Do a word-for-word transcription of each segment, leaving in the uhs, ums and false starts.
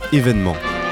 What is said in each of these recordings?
événement.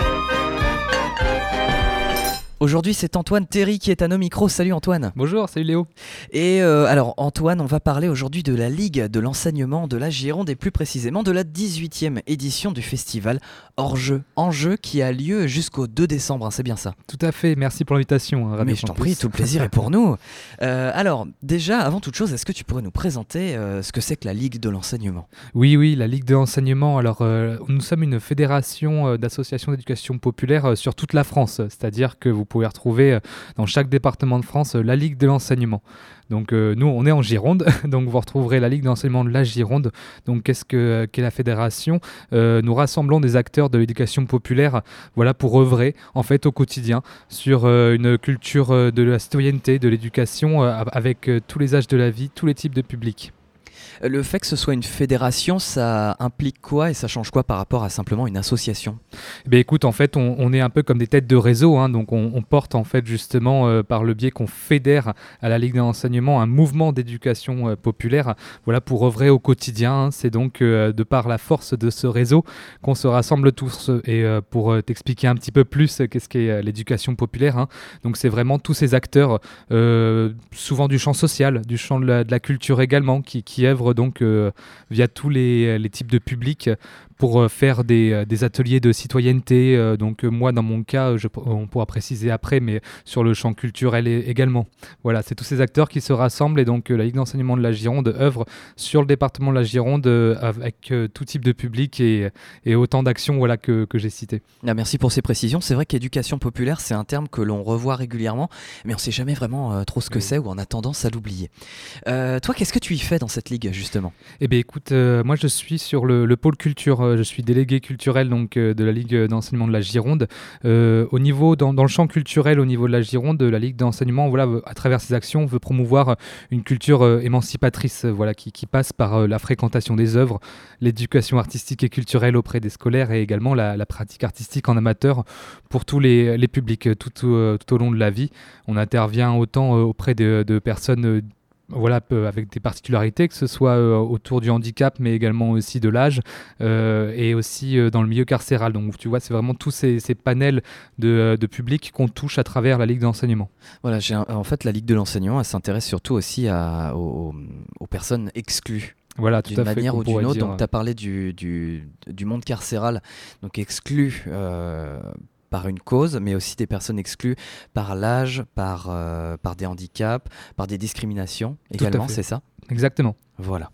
Aujourd'hui, c'est Antoine Théry qui est à nos micros. Salut Antoine. Bonjour, salut Léo. Et euh, alors Antoine, on va parler aujourd'hui de la Ligue de l'enseignement de la Gironde et plus précisément de la dix-huitième édition du festival Hors-jeu, Enjeu qui a lieu jusqu'au deux décembre, hein, c'est bien ça? Tout à fait, merci pour l'invitation. Hein, Mais je t'en prie, tout le plaisir est pour nous. Euh, alors déjà, avant toute chose, est-ce que tu pourrais nous présenter euh, ce que c'est que la Ligue de l'enseignement? Oui, oui, la Ligue de l'enseignement. Alors, euh, nous sommes une fédération euh, d'associations d'éducation populaire euh, sur toute la France, c'est-à-dire que vous pouvez retrouver euh, dans chaque département de France euh, la Ligue de l'enseignement. Donc euh, nous, on est en Gironde, donc vous retrouverez la Ligue d'enseignement de la Gironde. Donc qu'est-ce que, qu'est la fédération? euh, Nous rassemblons des acteurs de l'éducation populaire, voilà, pour œuvrer en fait au quotidien sur euh, une culture euh, de la citoyenneté, de l'éducation, euh, avec euh, tous les âges de la vie, tous les types de publics. Le fait que ce soit une fédération, ça implique quoi et ça change quoi par rapport à simplement une association? Eh bien, écoute, en fait, on, on est un peu comme des têtes de réseau, hein, donc on, on porte en fait justement euh, par le biais qu'on fédère à la Ligue de l'enseignement un mouvement d'éducation euh, populaire, voilà, pour œuvrer au quotidien. Hein. C'est donc euh, de par la force de ce réseau qu'on se rassemble tous. Et euh, pour euh, t'expliquer un petit peu plus euh, qu'est-ce qu'est euh, l'éducation populaire, hein, donc c'est vraiment tous ces acteurs, euh, souvent du champ social, du champ de la, de la culture également, qui, qui œuvrent donc euh, via tous les, les types de publics pour euh, faire des, des ateliers de citoyenneté. Euh, donc euh, moi, dans mon cas, je, on pourra préciser après, mais sur le champ culturel également. Voilà, c'est tous ces acteurs qui se rassemblent et donc euh, la Ligue d'enseignement de la Gironde œuvre sur le département de la Gironde euh, avec euh, tout type de public et, et autant d'actions, voilà, que, que j'ai citées. Ah, merci pour ces précisions. C'est vrai qu'éducation populaire, c'est un terme que l'on revoit régulièrement, mais on ne sait jamais vraiment euh, trop ce que oui. c'est ou on a tendance à l'oublier. Euh, toi, qu'est-ce que tu y fais dans cette ligue, justement? Eh bien, écoute, euh, moi, je suis sur le, le pôle culture. Je suis délégué culturel donc, euh, de la Ligue d'enseignement de la Gironde. Euh, au niveau, dans, dans le champ culturel, au niveau de la Gironde, la Ligue d'enseignement, voilà, à travers ses actions, veut promouvoir une culture euh, émancipatrice, voilà, qui, qui passe par euh, la fréquentation des œuvres, l'éducation artistique et culturelle auprès des scolaires et également la, la pratique artistique en amateur pour tous les, les publics tout, tout, tout au long de la vie. On intervient autant euh, auprès de, de personnes euh, voilà, avec des particularités, que ce soit euh, autour du handicap, mais également aussi de l'âge, euh, et aussi euh, dans le milieu carcéral. Donc tu vois, c'est vraiment tous ces, ces panels de, de public qu'on touche à travers la Ligue d'enseignement. Voilà, j'ai un, en fait, la Ligue de l'enseignement, elle s'intéresse surtout aussi à, aux, aux personnes exclues. Voilà, tout d'une à fait, manière ou d'une autre. dire... Donc tu as parlé du, du, du monde carcéral, donc exclu euh, par une cause, mais aussi des personnes exclues par l'âge, par, euh, par des handicaps, par des discriminations également, c'est ça? Exactement. Voilà.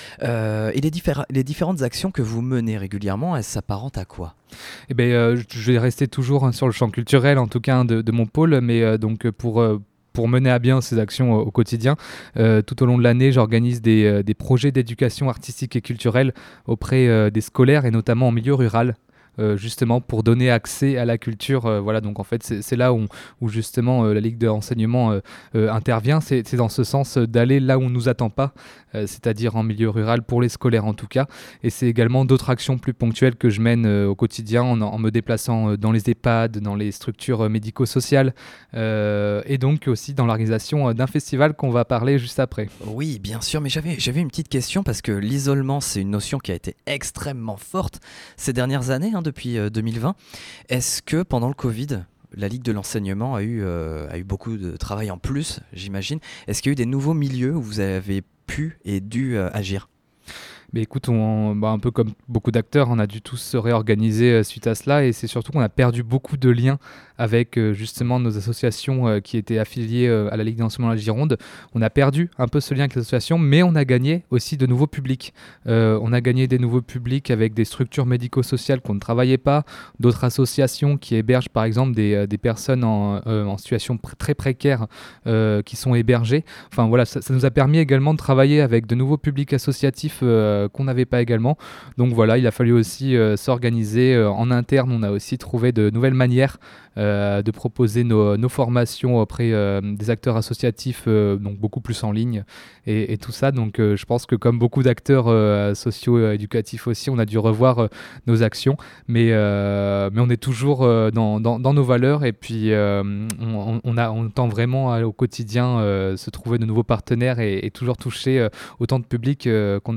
Euh, et les, diffé- les différentes actions que vous menez régulièrement, elles s'apparentent à quoi? Eh ben, euh, je vais rester toujours hein, sur le champ culturel, en tout cas hein, de, de mon pôle, mais euh, donc pour... Euh, Pour mener à bien ces actions au quotidien, euh, tout au long de l'année, j'organise des, euh, des projets d'éducation artistique et culturelle auprès euh, des scolaires et notamment en milieu rural. Euh, justement pour donner accès à la culture. Euh, voilà, donc en fait, c'est, c'est là où, où justement euh, la Ligue de l'enseignement euh, euh, intervient. C'est, c'est dans ce sens euh, d'aller là où on ne nous attend pas, euh, c'est-à-dire en milieu rural, pour les scolaires en tout cas. Et c'est également d'autres actions plus ponctuelles que je mène euh, au quotidien en, en me déplaçant euh, dans les EHPAD, dans les structures euh, médico-sociales euh, et donc aussi dans l'organisation euh, d'un festival qu'on va parler juste après. Oui, bien sûr, mais j'avais, j'avais une petite question parce que l'isolement, c'est une notion qui a été extrêmement forte ces dernières années, hein, depuis euh, deux mille vingt. Est-ce que pendant le Covid, la Ligue de l'enseignement a eu, euh, a eu beaucoup de travail en plus, j'imagine? Est-ce qu'il y a eu des nouveaux milieux où vous avez pu et dû euh, agir? Mais écoute, on, bah un peu comme beaucoup d'acteurs, on a dû tous se réorganiser euh, suite à cela et c'est surtout qu'on a perdu beaucoup de liens avec euh, justement nos associations euh, qui étaient affiliées euh, à la Ligue d'enseignement de la Gironde. On a perdu un peu ce lien avec les associations, mais on a gagné aussi de nouveaux publics. Euh, on a gagné des nouveaux publics avec des structures médico-sociales qu'on ne travaillait pas, d'autres associations qui hébergent par exemple des, euh, des personnes en, euh, en situation pr- très précaire euh, qui sont hébergées. Enfin voilà, ça, ça nous a permis également de travailler avec de nouveaux publics associatifs euh, qu'on n'avait pas également. Donc voilà, il a fallu aussi euh, s'organiser euh, en interne. On a aussi trouvé de nouvelles manières euh, de proposer nos, nos formations auprès euh, des acteurs associatifs, euh, donc beaucoup plus en ligne et, et tout ça. Donc euh, je pense que comme beaucoup d'acteurs euh, socio-éducatifs aussi, on a dû revoir euh, nos actions, mais, euh, mais on est toujours euh, dans, dans, dans nos valeurs et puis euh, on, on, a, on tend vraiment à, au quotidien euh, se trouver de nouveaux partenaires et, et toujours toucher euh, autant de public euh, qu'on arrive.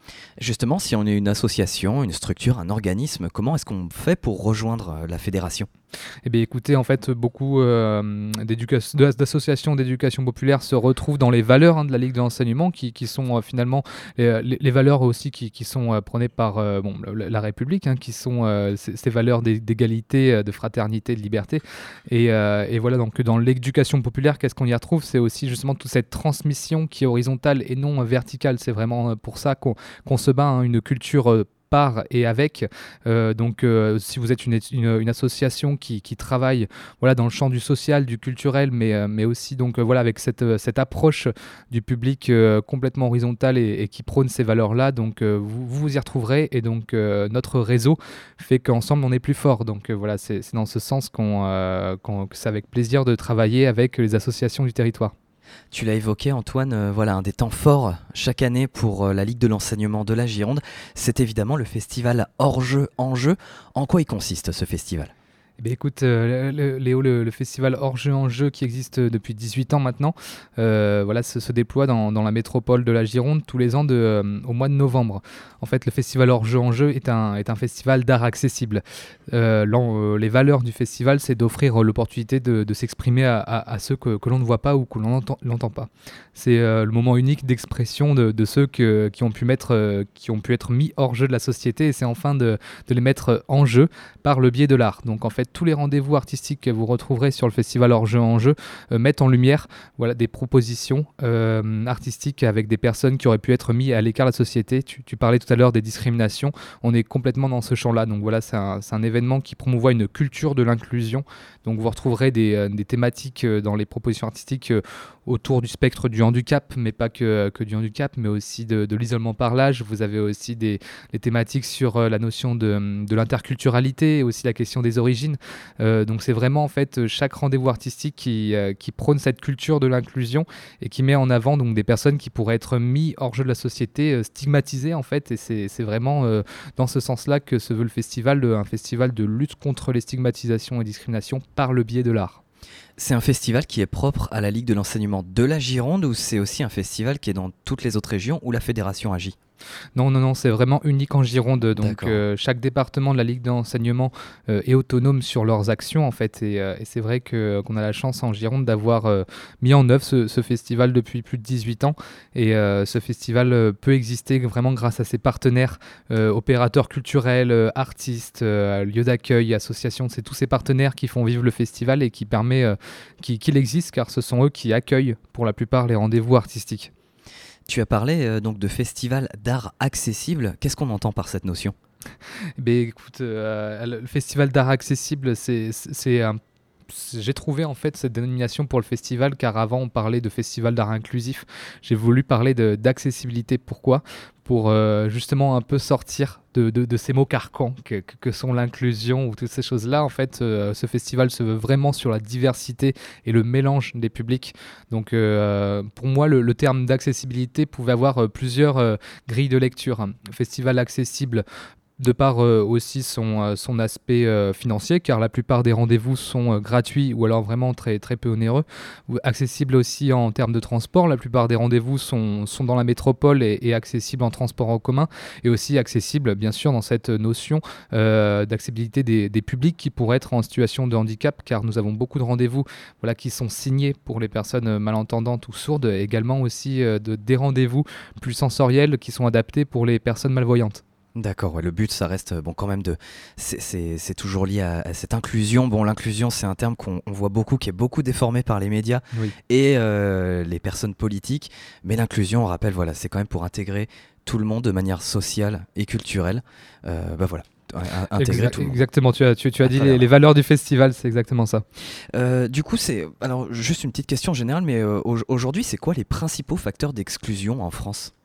Justement, si on est une association, une structure, un organisme, comment est-ce qu'on fait pour rejoindre euh, la fédération? Eh bien, écoutez, en fait, beaucoup euh, d'éducation- de- d'associations d'éducation populaire se retrouvent dans les valeurs hein, de la Ligue de l'enseignement, qui, qui sont euh, finalement les, les- les valeurs aussi qui, qui sont euh, prônées par euh, bon, la, la République, hein, qui sont euh, ces, ces valeurs d'é- d'égalité, euh, de fraternité, de liberté. Et, euh, et voilà, donc dans l'éducation populaire, qu'est-ce qu'on y retrouve? C'est aussi justement toute cette transmission qui est horizontale et non euh, verticale. C'est vraiment euh, pour ça qu'on qu'on se bat, hein, une culture euh, par et avec. Euh, donc, euh, si vous êtes une, une, une association qui, qui travaille voilà, dans le champ du social, du culturel, mais, euh, mais aussi donc, euh, voilà, avec cette, euh, cette approche du public euh, complètement horizontale et, et qui prône ces valeurs-là, donc euh, vous, vous vous y retrouverez. Et donc, euh, notre réseau fait qu'ensemble, on est plus fort. Donc, euh, voilà, c'est c'est dans ce sens qu'on, euh, qu'on, que c'est avec plaisir de travailler avec les associations du territoire. Tu l'as évoqué, Antoine, euh, voilà, un des temps forts chaque année pour euh, la Ligue de l'enseignement de la Gironde, c'est évidemment le festival Hors-jeu en jeu. En quoi il consiste ce festival? Eh bien, écoute, euh, le- le- Léo, le, le festival Hors-jeu en jeu qui existe depuis dix-huit ans maintenant, euh, voilà, se, se déploie dans, dans la métropole de la Gironde tous les ans de, euh, au mois de novembre. En fait, le festival Hors-jeu en jeu est un, est un festival d'art accessible. Euh, l'en- euh, les valeurs du festival, c'est d'offrir l'opportunité de, de s'exprimer à, à- à ceux que, que l'on ne voit pas ou que l'on n'entend l'entend pas. C'est euh, le moment unique d'expression de, de ceux que- qui, ont pu mettre, euh, qui ont pu être mis hors jeu de la société, et c'est enfin de, de les mettre en jeu par le biais de l'art. Donc en fait, tous les rendez-vous artistiques que vous retrouverez sur le festival Hors-jeu en jeu euh, mettent en lumière voilà, des propositions euh, artistiques avec des personnes qui auraient pu être mises à l'écart de la société. Tu, tu parlais tout à l'heure des discriminations. On est complètement dans ce champ-là. Donc voilà, c'est un, c'est un événement qui promouvoit une culture de l'inclusion. Donc vous retrouverez des, euh, des thématiques euh, dans les propositions artistiques euh, autour du spectre du handicap, mais pas que, que du handicap, mais aussi de, de l'isolement par l'âge. Vous avez aussi des, des thématiques sur euh, la notion de, de l'interculturalité et aussi la question des origines. Euh, donc c'est vraiment en fait chaque rendez-vous artistique qui, euh, qui prône cette culture de l'inclusion et qui met en avant donc des personnes qui pourraient être mis hors jeu de la société, euh, stigmatisées en fait. Et c'est, c'est vraiment euh, dans ce sens-là que se veut le festival, euh, un festival de lutte contre les stigmatisations et discriminations par le biais de l'art. C'est un festival qui est propre à la Ligue de l'enseignement de la Gironde, ou c'est aussi un festival qui est dans toutes les autres régions où la fédération agit? Non, non, non, c'est vraiment unique en Gironde. Donc, D'accord. euh, chaque département de la Ligue d'enseignement euh, est autonome sur leurs actions, en fait. Et, euh, et c'est vrai que, qu'on a la chance en Gironde d'avoir euh, mis en œuvre ce, ce festival depuis plus de dix-huit ans. Et euh, ce festival euh, peut exister vraiment grâce à ses partenaires, euh, opérateurs culturels, euh, artistes, euh, lieux d'accueil, associations. C'est tous ces partenaires qui font vivre le festival et qui permet euh, qu'il, qu'il existe, car ce sont eux qui accueillent pour la plupart les rendez-vous artistiques. Tu as parlé euh, donc de festival d'art accessible. Qu'est-ce qu'on entend par cette notion? Ben, écoute, euh, le festival d'art accessible, c'est, c'est un j'ai trouvé en fait cette dénomination pour le festival car avant on parlait de festival d'art inclusif. J'ai voulu parler de, d'accessibilité. Pourquoi? Pour euh, justement un peu sortir de, de, de ces mots carcans que, que, que sont l'inclusion ou toutes ces choses-là. En fait, euh, ce festival se veut vraiment sur la diversité et le mélange des publics. Donc euh, pour moi, le, le terme d'accessibilité pouvait avoir euh, plusieurs euh, grilles de lecture. Festival accessible de par euh, aussi son, euh, son aspect euh, financier, car la plupart des rendez-vous sont euh, gratuits ou alors vraiment très, très peu onéreux. Ou accessible aussi en termes de transport, la plupart des rendez-vous sont, sont dans la métropole et, et accessibles en transport en commun, et aussi accessible bien sûr dans cette notion euh, d'accessibilité des, des publics qui pourraient être en situation de handicap, car nous avons beaucoup de rendez-vous voilà, qui sont signés pour les personnes malentendantes ou sourdes, et également aussi euh, de, des rendez-vous plus sensoriels qui sont adaptés pour les personnes malvoyantes. D'accord, ouais, le but, ça reste bon quand même de, c'est, c'est, c'est toujours lié à, à cette inclusion. Bon, l'inclusion, c'est un terme qu'on on voit beaucoup, qui est beaucoup déformé par les médias Oui. et euh, les personnes politiques. Mais l'inclusion, on rappelle, voilà, c'est quand même pour intégrer tout le monde de manière sociale et culturelle. Euh, bah voilà. Intégrer Exa- tout le monde. Exactement, tu as, tu, tu as À dit travers les, les valeurs du festival, c'est exactement ça. Euh, du coup, c'est alors juste une petite question générale, mais euh, au- aujourd'hui, c'est quoi les principaux facteurs d'exclusion en France?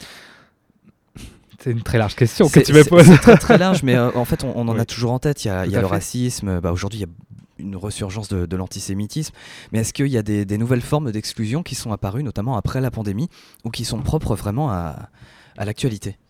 C'est une très large question que C'est tu me c'est- poses. c'est très très large, mais euh, en fait, on, on en Oui. a toujours en tête. Il y a, il y Tout a à le fait. racisme. Bah, aujourd'hui, il y a une resurgence de, de l'antisémitisme. Mais est-ce qu'il y a des, des nouvelles formes d'exclusion qui sont apparues, notamment après la pandémie, ou qui sont propres vraiment à, à l'actualité?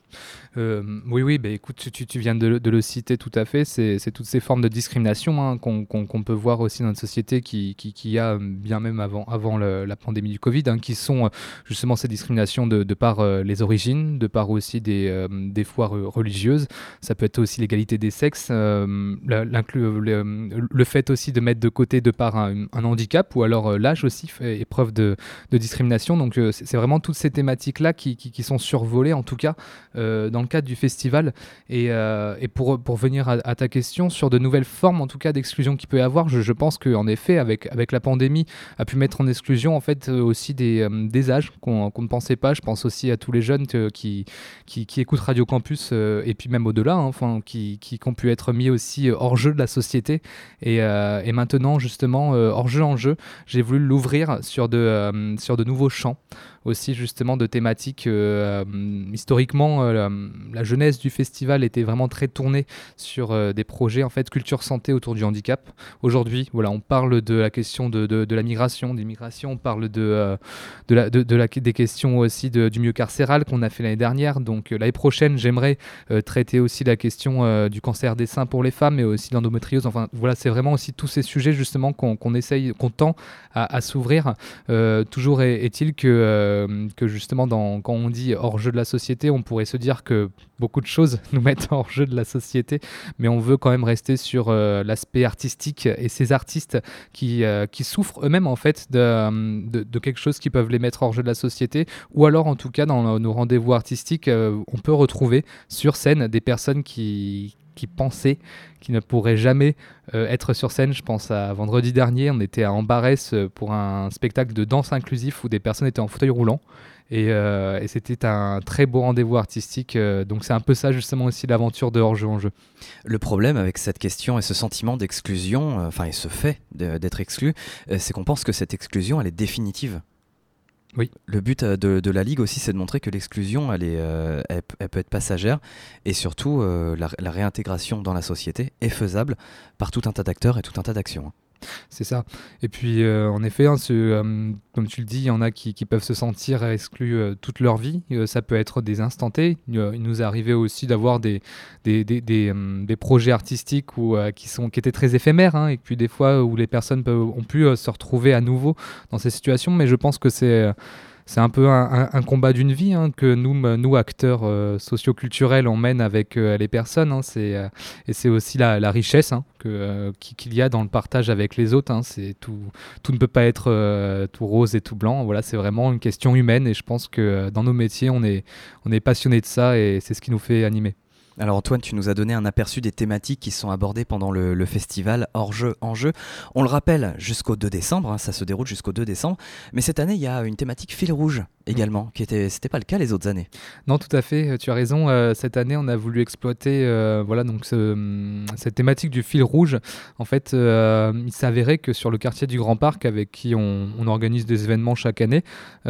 Euh, oui, oui, bah, écoute, tu, tu- tu viens de, le de le citer tout à fait. C'est c'est toutes ces formes de discrimination hein, qu'on qu'on- qu'on peut voir aussi dans notre société qui, qui, qui a, euh, bien même avant, avant le- la pandémie du Covid, hein, qui sont euh, justement ces discriminations de, de par euh, les origines, de par aussi des, euh, des fois re- religieuses. Ça peut être aussi l'égalité des sexes, euh, la- l'inclu- le, le fait aussi de mettre de côté de par un, un handicap ou alors euh, l'âge aussi fait épreuve de, de discrimination. Donc euh, c'est c'est vraiment toutes ces thématiques-là qui, qui, qui sont survolées en tout cas euh, dans le cadre du festival. Et, euh, et pour, pour venir à, à ta question sur de nouvelles formes, en tout cas, d'exclusion qu'il peut y avoir, je, je pense qu'en effet, avec, avec la pandémie, a pu mettre en exclusion en fait euh, aussi des, euh, des âges qu'on qu'on ne pensait pas. Je pense aussi à tous les jeunes que- qui, qui, qui écoutent Radio Campus euh, et puis même au-delà, hein, enfin, qui, qui, qui ont pu être mis aussi euh, hors jeu de la société. Et, euh, et maintenant, justement, euh, hors jeu en jeu, j'ai voulu l'ouvrir sur de, euh, sur de nouveaux champs aussi justement de thématiques euh, euh, historiquement euh, la, la jeunesse du festival était vraiment très tournée sur euh, des projets en fait culture santé autour du handicap. Aujourd'hui, voilà, on parle de la question de, de, de la migration, d'immigration, on parle de, euh, de, la, de, de la, des questions aussi de, du milieu carcéral qu'on a fait l'année dernière. Donc euh, l'année prochaine, j'aimerais euh, traiter aussi la question euh, du cancer des seins pour les femmes, mais aussi l'endométriose. Enfin voilà, c'est vraiment aussi tous ces sujets justement qu'on qu'on essaye, qu'on tend à, à s'ouvrir. Euh, toujours est, est-il que euh, que justement dans, quand on dit hors jeu de la société, on pourrait se dire que beaucoup de choses nous mettent hors jeu de la société, mais on veut quand même rester sur euh, l'aspect artistique et ces artistes qui, euh, qui souffrent eux-mêmes en fait de, de, de quelque chose qui peuvent les mettre hors jeu de la société, ou alors en tout cas dans nos rendez-vous artistiques, euh, on peut retrouver sur scène des personnes qui qui pensaient qu'ils ne pourraient jamais euh, être sur scène. Je pense à vendredi dernier, on était à Ambarès euh, pour un spectacle de danse inclusif où des personnes étaient en fauteuil roulant. Et, euh, et c'était un très beau rendez-vous artistique. Euh, donc c'est un peu ça justement aussi l'aventure de Hors-jeu en jeu. Le problème avec cette question et ce sentiment d'exclusion, euh, enfin et ce fait de- d'être exclu, euh, c'est qu'on pense que cette exclusion, elle est définitive. Oui. Le but euh, de, de la Ligue aussi, c'est de montrer que l'exclusion, elle, est, euh, elle, elle peut être passagère et surtout euh, la, la réintégration dans la société est faisable par tout un tas d'acteurs et tout un tas d'actions. C'est ça. Et puis, euh, en effet, hein, ce, euh, comme tu le dis, il y en a qui, qui peuvent se sentir exclus euh, toute leur vie. Euh, ça peut être des instants T. Euh, il nous est arrivé aussi d'avoir des, des, des, des, euh, des projets artistiques où, euh, qui, sont, qui étaient très éphémères, hein, et puis des fois où les personnes peuvent, ont pu euh, se retrouver à nouveau dans ces situations. Mais je pense que c'est... Euh, c'est un peu un, un, un combat d'une vie hein, que nous, nous acteurs euh, socioculturels, on mène avec euh, les personnes. Hein, c'est, euh, et c'est aussi la, la richesse hein, que, euh, qu'il y a dans le partage avec les autres. Hein, c'est tout, tout ne peut pas être euh, tout rose et tout blanc. Voilà, c'est vraiment une question humaine et je pense que euh, dans nos métiers, on est, on est passionné de ça et c'est ce qui nous fait animer. Alors Antoine, tu nous as donné un aperçu des thématiques qui sont abordées pendant le, le festival Hors jeu en jeu. On le rappelle, jusqu'au deux décembre, hein, ça se déroule jusqu'au deux décembre. Mais cette année, il y a une thématique fil rouge également, qui était, c'était pas le cas les autres années. Non, tout à fait, tu as raison. Euh, cette année, on a voulu exploiter euh, voilà, donc ce, cette thématique du fil rouge. En fait, euh, il s'avérait que sur le quartier du Grand Parc, avec qui on, on organise des événements chaque année,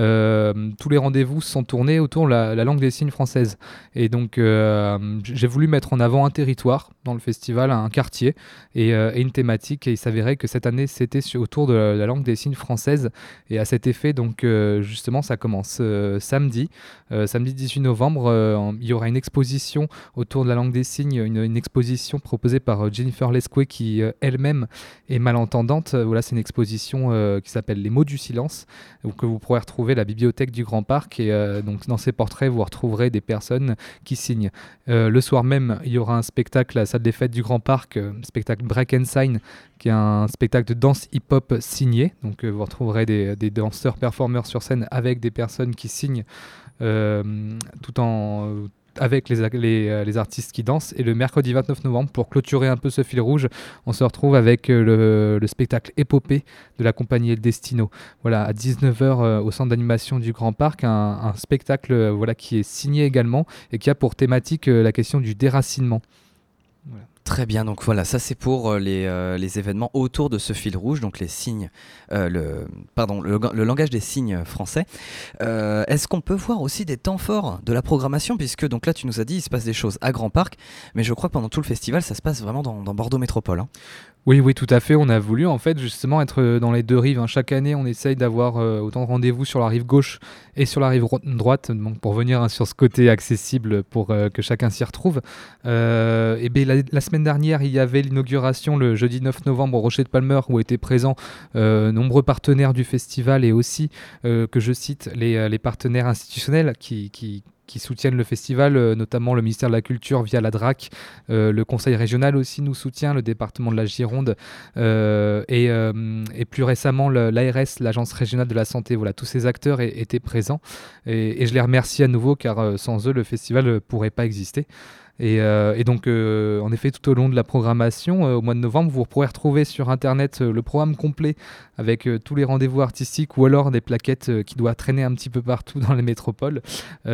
euh, tous les rendez-vous sont tournés autour de la, la langue des signes française. Et donc, euh, j'ai voulu mettre en avant un territoire dans le festival, un quartier et, euh, et une thématique. Et il s'avérait que cette année, c'était sur, autour de la, la langue des signes française. Et à cet effet, donc, euh, justement, ça commence Euh, samedi, euh, samedi dix-huit novembre, euh, il y aura une exposition autour de la langue des signes, une, une exposition proposée par euh, Jennifer Lesquet qui euh, elle-même est malentendante. Euh, voilà, c'est une exposition euh, qui s'appelle Les mots du silence, où, que vous pourrez retrouver à la bibliothèque du Grand Parc. Et euh, donc dans ces portraits, vous retrouverez des personnes qui signent. Euh, le soir même, il y aura un spectacle à la salle des fêtes du Grand Parc, euh, spectacle Break and Sign, qui est un spectacle de danse hip-hop signé. Donc euh, vous retrouverez des, des danseurs performeurs sur scène avec des personnes qui signent euh, tout en avec les, les, les artistes qui dansent. Et le mercredi vingt-neuf novembre, pour clôturer un peu ce fil rouge, on se retrouve avec le, le spectacle Épopée de la compagnie El Destino. Voilà, à dix-neuf heures euh, au centre d'animation du Grand Parc, un, un spectacle euh, voilà, qui est signé également et qui a pour thématique euh, la question du déracinement. Voilà. Très bien, donc voilà, ça c'est pour euh, les, euh, les événements autour de ce fil rouge, donc les signes, euh, le, pardon, le, le langage des signes français. Euh, est-ce qu'on peut voir aussi des temps forts de la programmation, puisque donc là tu nous as dit il se passe des choses à Grand Parc, mais je crois que pendant tout le festival ça se passe vraiment dans, dans Bordeaux Métropole, hein. Oui, oui, tout à fait. On a voulu en fait justement être euh, dans les deux rives, hein. Chaque année, on essaye d'avoir euh, autant de rendez-vous sur la rive gauche et sur la rive ro- droite, donc pour venir hein, sur ce côté accessible pour euh, que chacun s'y retrouve. Euh, et bien, la, la semaine dernière, il y avait l'inauguration le jeudi neuf novembre au Rocher de Palmer où étaient présents euh, nombreux partenaires du festival et aussi, euh, que je cite, les, euh, les partenaires institutionnels qui, qui qui soutiennent le festival, euh, notamment le ministère de la Culture via la D R A C, euh, le Conseil régional aussi nous soutient, le département de la Gironde euh, et, euh, et plus récemment l'A R S, l'Agence régionale de la santé. Voilà, tous ces acteurs é- étaient présents et, et je les remercie à nouveau car euh, sans eux le festival ne pourrait pas exister. Et, euh, et donc, euh, en effet, tout au long de la programmation, euh, au mois de novembre, vous pourrez retrouver sur Internet euh, le programme complet avec euh, tous les rendez-vous artistiques ou alors des plaquettes euh, qui doivent traîner un petit peu partout dans les métropoles.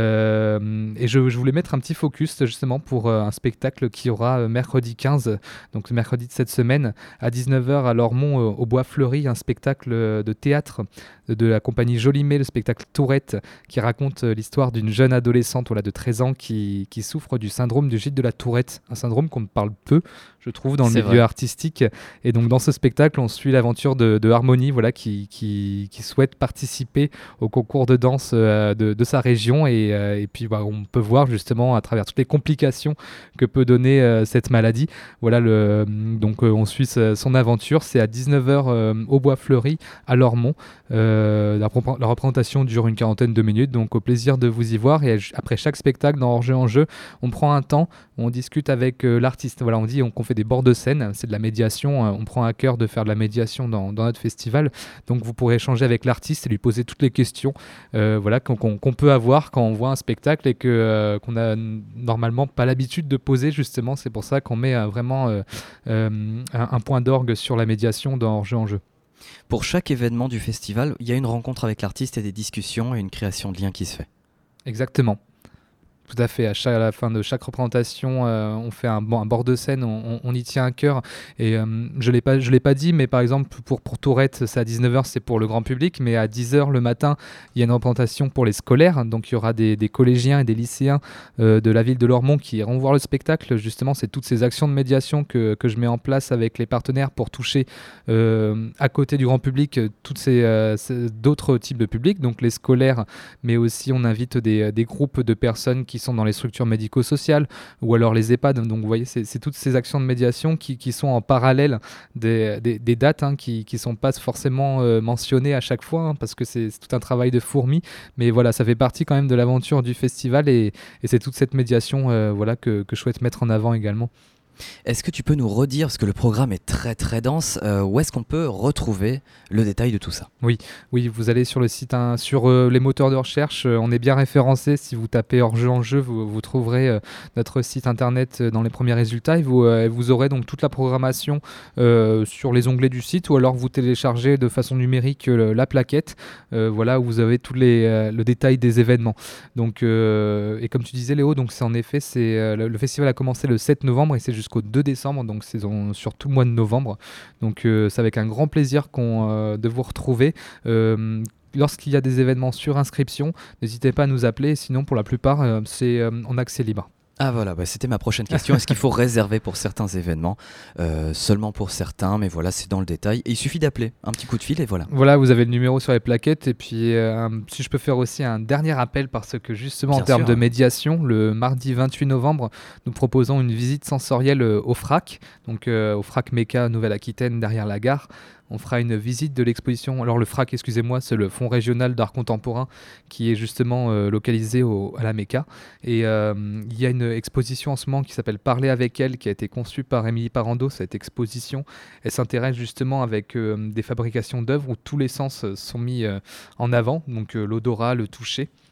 Euh, et je, je voulais mettre un petit focus justement pour euh, un spectacle qui aura euh, mercredi quinze, donc mercredi de cette semaine, à dix-neuf heures à Lormont, euh, au Bois Fleuri, un spectacle euh, de théâtre de la compagnie Jolimet, le spectacle Tourette, qui raconte euh, l'histoire d'une jeune adolescente voilà, de treize ans qui, qui souffre du syndrome du gîte de la Tourette, un syndrome qu'on parle peu, je trouve, dans le C'est milieu vrai. artistique. Et donc dans ce spectacle, on suit l'aventure de, de Harmonie, voilà, qui, qui, qui souhaite participer au concours de danse euh, de, de sa région. Et, euh, et puis bah, on peut voir justement à travers toutes les complications que peut donner euh, cette maladie. Voilà, le, donc euh, on suit sa- son aventure. C'est à dix-neuf heures euh, au Bois Fleuri, à Lormont. Euh, la, pro- la représentation dure une quarantaine de minutes, donc au plaisir de vous y voir. Et j- après chaque spectacle dans Hors-jeu en jeu, on prend un temps, on discute avec euh, l'artiste. Voilà, on dit on, qu'on fait des bords de scène, c'est de la médiation. Euh, on prend à cœur de faire de la médiation dans, dans notre festival. Donc vous pourrez échanger avec l'artiste et lui poser toutes les questions euh, voilà, qu'on, qu'on- qu'on peut avoir quand on voit un spectacle et que, euh, qu'on a n- normalement pas l'habitude de poser justement. C'est pour ça qu'on met euh, vraiment euh, euh, un, un point d'orgue sur la médiation dans Hors-jeu en jeu. Pour chaque événement du festival, il y a une rencontre avec l'artiste et des discussions et une création de liens qui se fait. Exactement. Tout à fait. À, chaque- à la fin de chaque représentation, euh, on fait un, bon, un bord de scène, on, on- on y tient à cœur. Et euh, je l'ai pas, je l'ai pas dit, mais par exemple, pour, pour Tourette, c'est à dix-neuf heures, c'est pour le grand public. Mais à dix heures le matin, il y a une représentation pour les scolaires. Donc il y aura des, des collégiens et des lycéens euh, de la ville de Lormont qui iront voir le spectacle. Justement, c'est toutes ces actions de médiation que, que je mets en place avec les partenaires pour toucher euh, à côté du grand public euh, toutes ces, euh, ces- d'autres types de publics. Donc les scolaires, mais aussi on invite des, des groupes de personnes qui sont dans les structures médico-sociales ou alors les EHPAD. Donc vous voyez, c'est, c'est toutes ces actions de médiation qui, qui sont en parallèle des, des, des dates hein, qui ne sont pas forcément euh, mentionnées à chaque fois hein, parce que c'est, c'est tout un travail de fourmi. Mais voilà, ça fait partie quand même de l'aventure du festival et, et c'est toute cette médiation euh, voilà, que, que je souhaite mettre en avant également. Est-ce que tu peux nous redire, parce que le programme est très très dense, euh, où est-ce qu'on peut retrouver le détail de tout ça? Oui, oui, vous allez sur le site, hein, sur euh, les moteurs de recherche, euh, on est bien référencé. Si vous tapez hors-jeu en jeu, vous, vous trouverez euh, notre site internet euh, dans les premiers résultats et vous, euh, et vous aurez donc toute la programmation euh, sur les onglets du site ou alors vous téléchargez de façon numérique euh, la plaquette, euh, voilà où vous avez tout les, euh, le détail des événements. Donc, euh, et comme tu disais Léo, donc c'est en effet, c'est, euh, le, le festival a commencé le sept novembre et c'est jusqu'au deux décembre, donc c'est en- sur tout le mois de novembre. Donc euh, c'est avec un grand plaisir qu'on, euh, de vous retrouver. Euh, Lorsqu'il y a des événements sur inscription, n'hésitez pas à nous appeler. Sinon, pour la plupart, euh, c'est euh, en accès libre. Ah voilà, bah, c'était ma prochaine question. Est-ce qu'il faut réserver pour certains événements? Euh, Seulement pour certains, mais voilà, c'est dans le détail. Et il suffit d'appeler, un petit coup de fil et voilà. Voilà, vous avez le numéro sur les plaquettes. Et puis, euh, un- si je peux faire aussi un dernier appel, parce que justement, Bien en termes sûr, de hein. médiation, le mardi vingt-huit novembre, nous proposons une visite sensorielle euh, au FRAC, donc euh, au FRAC Méca Nouvelle-Aquitaine, derrière la gare. On fera une visite de l'exposition. Alors le FRAC, excusez-moi, c'est le Fonds régional d'art contemporain qui est justement euh, localisé au- à la Méca. Et euh, il y a une exposition en ce moment qui s'appelle Parler avec elle, qui a été conçue par Émilie Parando. Cette exposition, elle s'intéresse justement avec euh, des fabrications d'œuvres où tous les sens euh, sont mis euh, en avant, donc euh, l'odorat, le toucher.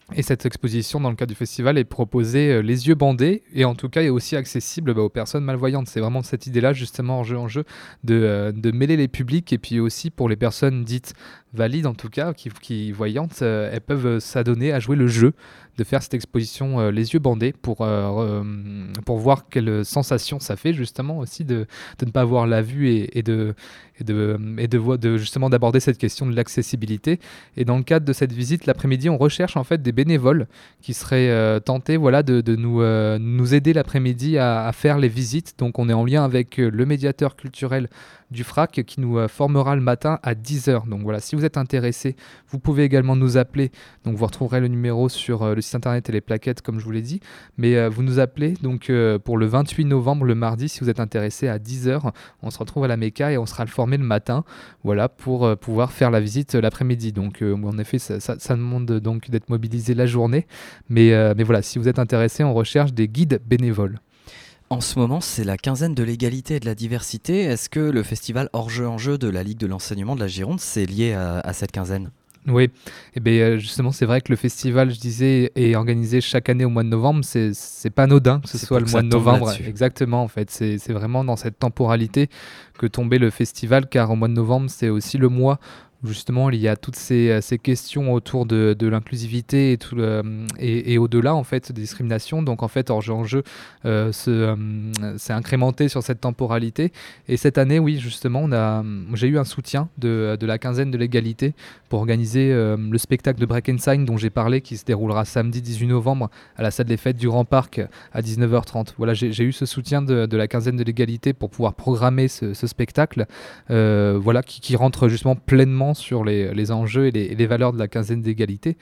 Et cette exposition, dans le cadre du festival, est proposée euh, les yeux bandés et en tout cas est aussi accessible bah, aux personnes malvoyantes. C'est vraiment cette idée-là, justement, en jeu en jeu, de, euh, de mêler les publics et puis aussi pour les personnes dites valides, en tout cas, qui, qui voyantes, euh, elles peuvent euh, s'adonner à jouer le jeu, de faire cette exposition euh, les yeux bandés pour, euh, euh, pour voir quelle sensation ça fait, justement, aussi de, de ne pas avoir la vue et, et de. et de, et de, vo- de justement d'aborder cette question de l'accessibilité. Et dans le cadre de cette visite, l'après-midi, on recherche en fait des bénévoles qui seraient euh, tentés voilà, de, de nous, euh, nous aider l'après-midi à, à faire les visites. Donc on est en lien avec euh, le médiateur culturel du F R A C qui nous euh, formera le matin à dix heures. Donc voilà, si vous êtes intéressé, vous pouvez également nous appeler. Donc vous retrouverez le numéro sur euh, le site internet et les plaquettes comme je vous l'ai dit. Mais euh, vous nous appelez donc euh, pour le vingt-huit novembre, le mardi, si vous êtes intéressé à dix heures. On se retrouve à la Méca et on sera le formé le matin, voilà, pour euh, pouvoir faire la visite euh, l'après-midi. Donc euh, en effet, ça, ça, ça demande donc d'être mobilisé la journée. Mais, euh, mais voilà, si vous êtes intéressé, on recherche des guides bénévoles. En ce moment, c'est la quinzaine de l'égalité et de la diversité. Est-ce que le festival hors-jeu en jeu de la Ligue de l'enseignement de la Gironde, c'est lié à, à cette quinzaine ? Oui, et bien justement, c'est vrai que le festival, je disais, est organisé chaque année au mois de novembre. C'est, c'est pas anodin que ce C'est soit pour le que mois ça de tombe novembre. là-dessus. Exactement, en fait. C'est, c'est vraiment dans cette temporalité que tombait le festival, car au mois de novembre, c'est aussi le mois où justement il y a toutes ces, ces questions autour de, de l'inclusivité et, tout le, et, et au-delà en fait des discriminations. Donc en fait, hors-jeu en jeu euh, se, euh, s'est incrémenté sur cette temporalité. Et cette année, oui, justement, on a, j'ai eu un soutien de, de la quinzaine de l'égalité pour organiser euh, le spectacle de Break and Sign dont j'ai parlé, qui se déroulera samedi dix-huit novembre à la salle des fêtes du Grand Parc à dix-neuf heures trente. Voilà, j'ai, j'ai eu ce soutien de, de la quinzaine de l'égalité pour pouvoir programmer ce, ce spectacle, euh, voilà, qui, qui rentre justement pleinement sur les, les enjeux et les, et les valeurs de la quinzaine d'égalité,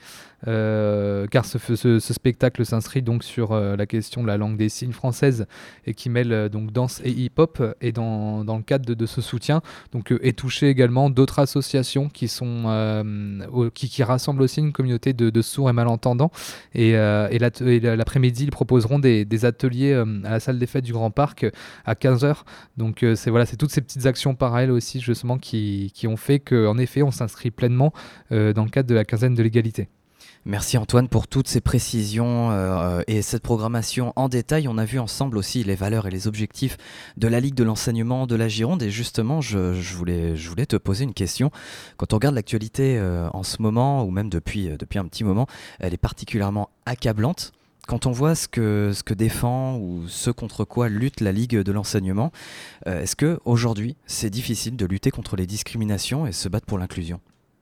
euh, car ce, ce, ce spectacle s'inscrit donc sur euh, la question de la langue des signes française et qui mêle euh, donc danse et hip-hop. Et dans, dans le cadre de, de ce soutien, donc euh, est touché également d'autres associations qui sont euh, au, qui, qui rassemblent aussi une communauté de, de sourds et malentendants. Et, euh, et, l'at- et l'après-midi, ils proposeront des, des ateliers euh, à la salle des fêtes du Grand Parc à quinze heures. Donc euh, c'est voilà, c'est toutes ces petites actions parallèles aussi justement qui, qui ont fait qu'en effet on s'inscrit pleinement euh, dans le cadre de la quinzaine de l'égalité. Merci Antoine pour toutes ces précisions euh, et cette programmation en détail. On a vu ensemble aussi les valeurs et les objectifs de la Ligue de l'enseignement de la Gironde. Et justement, je, je, voulais, je voulais te poser une question. Quand on regarde l'actualité euh, en ce moment, ou même depuis, euh, depuis un petit moment, elle est particulièrement accablante. Quand on voit ce que, ce que défend ou ce contre quoi lutte la Ligue de l'enseignement, euh, est-ce qu'aujourd'hui, c'est difficile de lutter contre les discriminations et se battre pour l'inclusion ?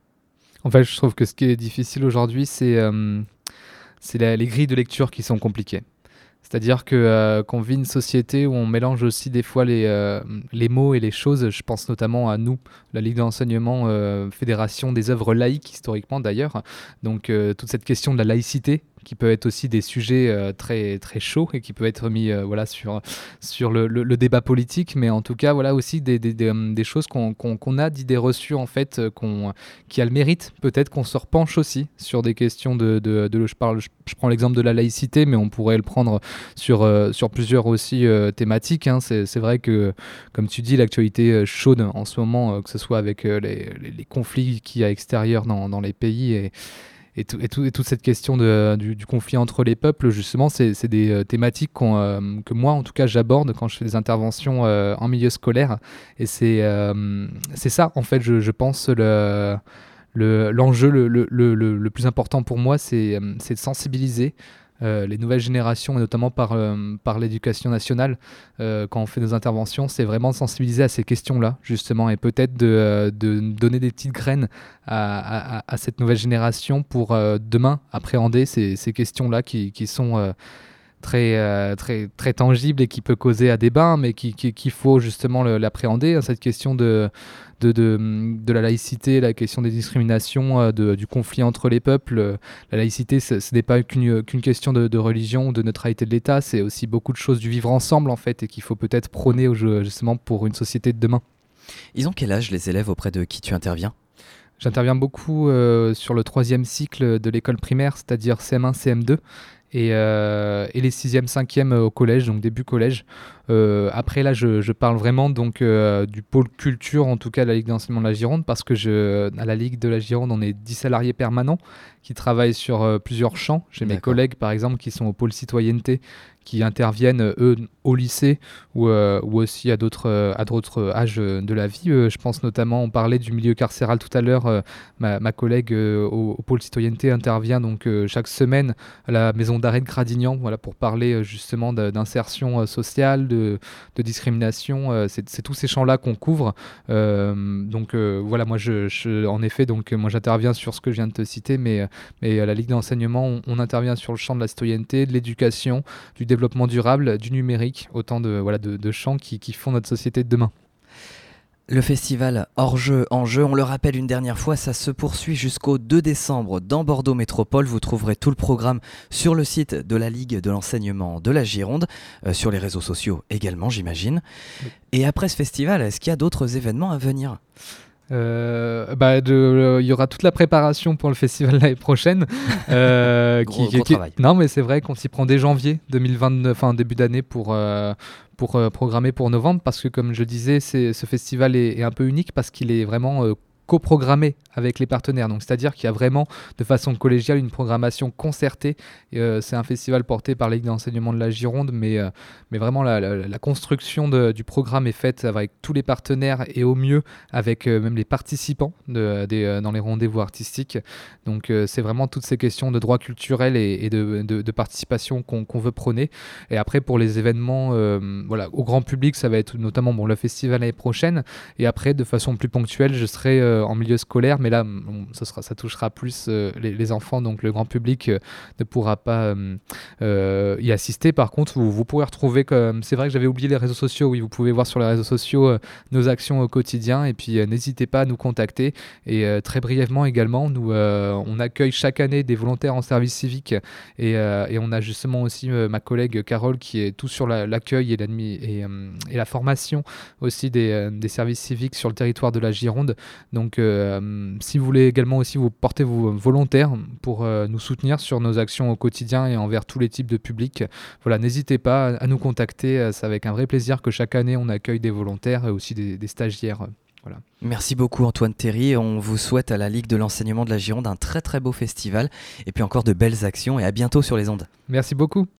En fait, je trouve que ce qui est difficile aujourd'hui, c'est, euh, c'est la, les grilles de lecture qui sont compliquées. C'est-à-dire que, euh, qu'on vit une société où on mélange aussi des fois les, euh, les mots et les choses. Je pense notamment à nous, la Ligue d'enseignement, euh, fédération des œuvres laïques, historiquement d'ailleurs. Donc euh, toute cette question de la laïcité, qui peut être aussi des sujets euh, très, très chauds et qui peut être mis euh, voilà, sur, sur le, le, le débat politique, mais en tout cas voilà, aussi des, des, des, des choses qu'on, qu'on, qu'on a d'idées reçues en fait, qu'on, qui a le mérite peut-être qu'on se repenche aussi sur des questions de, de, de, de je, parle, je, je prends l'exemple de la laïcité, mais on pourrait le prendre sur, euh, sur plusieurs aussi euh, thématiques. Hein. C'est, c'est vrai que, comme tu dis, l'actualité chaude en ce moment, euh, que ce soit avec euh, les, les, les conflits qu'il y a extérieurs dans, dans les pays et Et, tout, et, tout, et toute cette question de, du, du conflit entre les peuples, justement, c'est, c'est des euh, thématiques qu'on, euh, que moi, en tout cas, j'aborde quand je fais des interventions euh, en milieu scolaire. Et c'est, euh, c'est ça, en fait, je, je pense, le, le, l'enjeu le, le, le, le plus important pour moi, c'est, c'est de sensibiliser Euh, les nouvelles générations, et notamment par, euh, par l'éducation nationale, euh, quand on fait nos interventions, c'est vraiment de sensibiliser à ces questions-là, justement, et peut-être de, euh, de donner des petites graines à, à, à cette nouvelle génération pour euh, demain appréhender ces, ces questions-là qui, qui sont euh, très, euh, très, très tangibles et qui peut causer à débat, mais qui, qui, qu'il faut justement le, l'appréhender, hein, cette question de... De, de, de la laïcité, la question des discriminations, de, du conflit entre les peuples. La laïcité, ce, ce n'est pas qu'une, qu'une question de, de religion ou de neutralité de l'État, c'est aussi beaucoup de choses du vivre ensemble en fait, et qu'il faut peut-être prôner justement pour une société de demain. Ils ont quel âge les élèves auprès de qui tu interviens ? J'interviens beaucoup euh, sur le troisième cycle de l'école primaire, c'est-à-dire C M un, C M deux. et, euh, et les sixième, cinquième au collège, donc début collège. Euh, après là, je, je parle vraiment donc euh, du pôle culture, en tout cas de la Ligue d'enseignement de la Gironde, parce que je, à la Ligue de la Gironde, on est dix salariés permanents qui travaillent sur euh, plusieurs champs. J'ai mes D'accord. collègues, par exemple, qui sont au pôle citoyenneté, qui interviennent, eux, au lycée ou, euh, ou aussi à d'autres, euh, à d'autres âges de la vie. Euh, je pense notamment, on parlait du milieu carcéral tout à l'heure, euh, ma, ma collègue euh, au, au pôle citoyenneté intervient donc euh, chaque semaine à la maison d'arrêt de Gradignan, voilà, pour parler euh, justement de, d'insertion euh, sociale, de, de discrimination. Euh, c'est, c'est tous ces champs-là qu'on couvre. Euh, donc euh, voilà, moi, je, je, en effet, donc, moi j'interviens sur ce que je viens de te citer, mais, mais à la Ligue d'enseignement, on, on intervient sur le champ de la citoyenneté, de l'éducation, du développement durable, du numérique, autant de, voilà, de, de champs qui, qui font notre société de demain. Le festival Hors-jeu, en-jeu, on le rappelle une dernière fois, ça se poursuit jusqu'au deux décembre dans Bordeaux Métropole. Vous trouverez tout le programme sur le site de la Ligue de l'enseignement de la Gironde, euh, sur les réseaux sociaux également, j'imagine. Oui. Et après ce festival, est-ce qu'il y a d'autres événements à venir ? Euh, bah il euh, y aura toute la préparation pour le festival l'année prochaine. Euh, gros, qui, gros qui, travail. Non mais c'est vrai qu'on s'y prend dès janvier deux mille vingt-neuf, enfin début d'année pour, euh, pour euh, programmer pour novembre, parce que comme je disais, c'est, ce festival est, est un peu unique parce qu'il est vraiment euh, coprogrammé avec les partenaires. Donc, c'est-à-dire qu'il y a vraiment de façon collégiale une programmation concertée. Et, euh, c'est un festival porté par la Ligue d'enseignement de la Gironde, mais, euh, mais vraiment la, la, la construction de, du programme est faite avec tous les partenaires et au mieux avec euh, même les participants de, de, euh, dans les rendez-vous artistiques. Donc euh, c'est vraiment toutes ces questions de droit culturel et, et de, de, de participation qu'on, qu'on veut prôner. Et après pour les événements euh, voilà, au grand public, ça va être notamment bon, le festival l'année prochaine. Et après de façon plus ponctuelle, je serai euh, en milieu scolaire, mais là bon, ça, sera, ça touchera plus euh, les, les enfants, donc le grand public euh, ne pourra pas euh, euh, y assister. Par contre, vous, vous pourrez retrouver, comme c'est vrai que j'avais oublié les réseaux sociaux, oui, vous pouvez voir sur les réseaux sociaux euh, nos actions au quotidien, et puis euh, n'hésitez pas à nous contacter. Et euh, très brièvement également, nous euh, on accueille chaque année des volontaires en service civique, et, euh, et on a justement aussi euh, ma collègue Carole qui est tout sur la, l'accueil et, et, euh, et la formation aussi des, euh, des services civiques sur le territoire de la Gironde. Donc euh, si vous voulez également aussi vous porter vos volontaires pour euh, nous soutenir sur nos actions au quotidien et envers tous les types de publics, voilà, n'hésitez pas à nous contacter. C'est avec un vrai plaisir que chaque année on accueille des volontaires et aussi des, des stagiaires. Voilà. Merci beaucoup Antoine Théry, on vous souhaite à la Ligue de l'enseignement de la Gironde un très très beau festival et puis encore de belles actions, et à bientôt sur les ondes. Merci beaucoup.